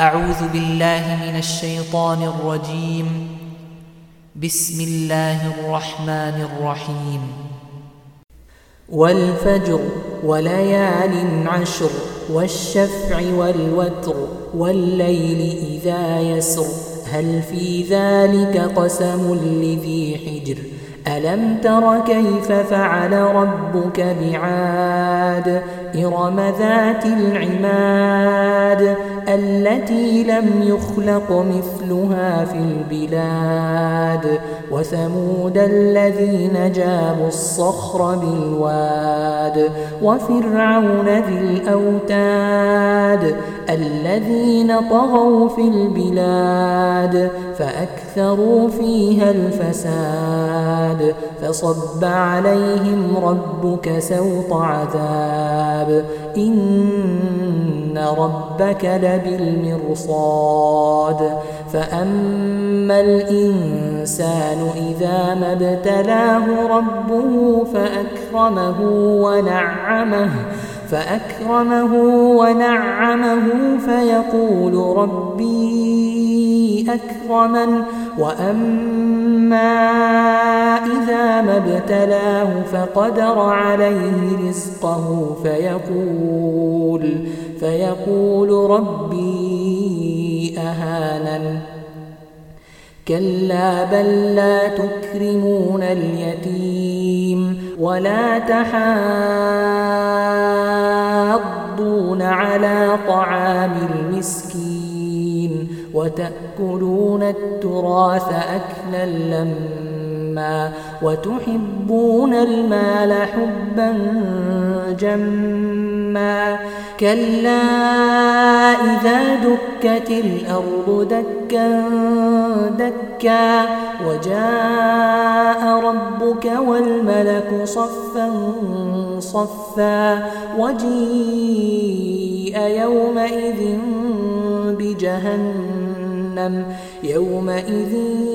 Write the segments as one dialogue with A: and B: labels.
A: أعوذ بالله من الشيطان الرجيم. بسم الله الرحمن الرحيم.
B: والفجر وليال عشر والشفع والوتر والليل إذا يسر هل في ذلك قسم لذي حجر ألم تر كيف فعل ربك بعاد إرم ذات العماد التي لم يخلق مثلها في البلاد وثمود الذين جابوا الصخر بالواد وفرعون ذي الأوتاد الذين طغوا في البلاد فأكثروا فيها الفساد فصب عليهم ربك سوط عذاب إن ربك لبالمرصاد فأما الإنسان إذا ما ابتلاه ربه فأكرمه ونعمه فيقول ربي أكرمن وأما إذا ما ابتلاه فقدر عليه رزقه فيقول ربي أهانن كلا بل لا تكرمون اليتيم ولا تحاضون على طعام المسكين وتأكلون التراث أكلا لما وتحبون المال حبا جما كلا إذا دكت الأرض دكا دكا وجاء ربك والملك صفا صفا وجيء يومئذ بجهنم يومئذ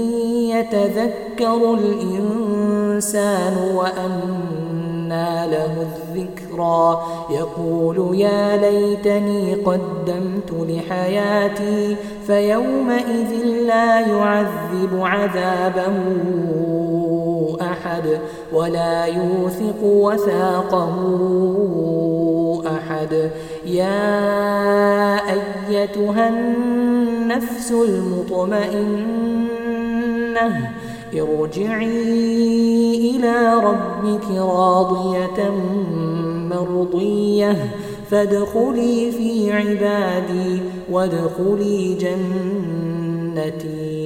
B: يتذكر الإنسان وأنى له الذكرى يقول يا ليتني قدمت لحياتي فيومئذ لا يعذب عذابه أحد ولا يوثق وثاقه أحد يا أيتها النفس المطمئنة ارجعي إلى ربك راضية مرضية فادخلي في عبادي وادخلي جنتي.